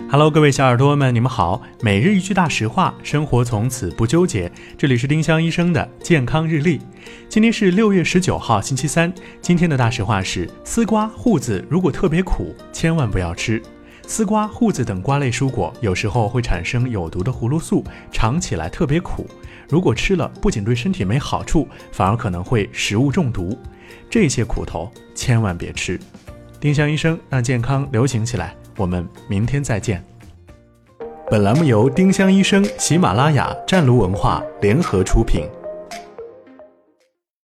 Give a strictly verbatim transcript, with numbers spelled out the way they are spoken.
Hello， 各位小耳朵们，你们好。每日一句大实话，生活从此不纠结。这里是丁香医生的健康日历。今天是六月十九号，星期三。今天的大实话是：丝瓜、瓠子如果特别苦，千万不要吃。丝瓜、瓠子等瓜类蔬果有时候会产生有毒的葫芦素，尝起来特别苦。如果吃了，不仅对身体没好处，反而可能会食物中毒。这些苦头千万别吃。丁香医生让健康流行起来。我们明天再见。本栏目由丁香医生、喜马拉雅、湛卢文化联合出品。